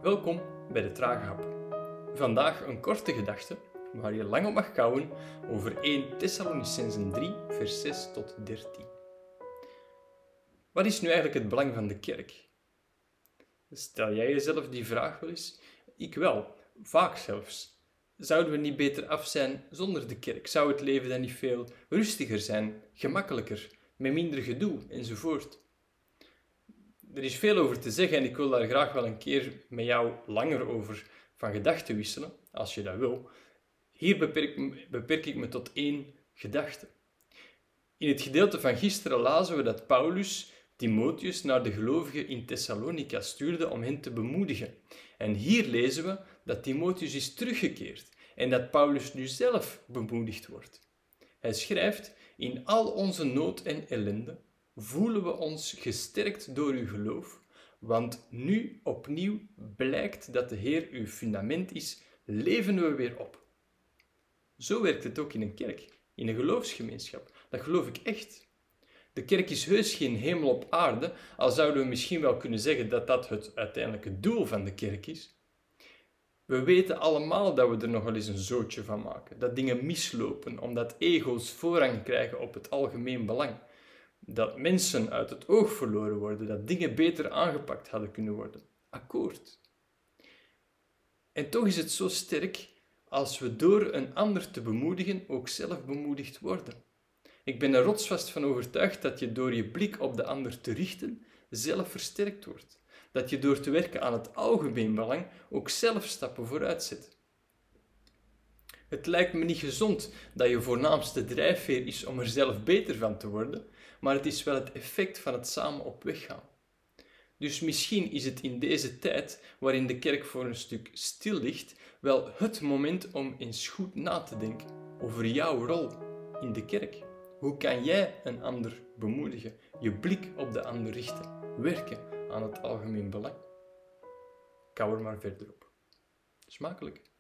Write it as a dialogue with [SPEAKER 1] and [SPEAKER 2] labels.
[SPEAKER 1] Welkom bij de Trage Hap. Vandaag een korte gedachte waar je lang op mag kouwen over 1 Thessalonicenzen 3 vers 6 tot 13. Wat is nu eigenlijk het belang van de kerk? Stel jij jezelf die vraag wel eens? Ik wel, vaak zelfs. Zouden we niet beter af zijn zonder de kerk? Zou het leven dan niet veel rustiger zijn, gemakkelijker, met minder gedoe enzovoort? Er is veel over te zeggen en ik wil daar graag wel een keer met jou langer over van gedachten wisselen, als je dat wil. Hier beperk ik me tot 1 gedachte. In het gedeelte van gisteren lazen we dat Paulus Timotheus naar de gelovigen in Thessalonica stuurde om hen te bemoedigen. En hier lezen we dat Timotheus is teruggekeerd en dat Paulus nu zelf bemoedigd wordt. Hij schrijft: in al onze nood en ellende voelen we ons gesterkt door uw geloof, want nu opnieuw blijkt dat de Heer uw fundament is, leven we weer op. Zo werkt het ook in een kerk, in een geloofsgemeenschap. Dat geloof ik echt. De kerk is heus geen hemel op aarde, al zouden we misschien wel kunnen zeggen dat dat het uiteindelijke doel van de kerk is. We weten allemaal dat we er nog wel eens een zootje van maken, dat dingen mislopen omdat ego's voorrang krijgen op het algemeen belang. Dat mensen uit het oog verloren worden, dat dingen beter aangepakt hadden kunnen worden. Akkoord. En toch is het zo sterk als we door een ander te bemoedigen ook zelf bemoedigd worden. Ik ben er rotsvast van overtuigd dat je door je blik op de ander te richten zelf versterkt wordt. Dat je door te werken aan het algemeen belang ook zelf stappen vooruit zet. Het lijkt me niet gezond dat je voornaamste drijfveer is om er zelf beter van te worden, maar het is wel het effect van het samen op weg gaan. Dus misschien is het in deze tijd, waarin de kerk voor een stuk stil ligt, wel het moment om eens goed na te denken over jouw rol in de kerk. Hoe kan jij een ander bemoedigen, je blik op de ander richten, werken aan het algemeen belang? Kou er maar verder op. Smakelijk.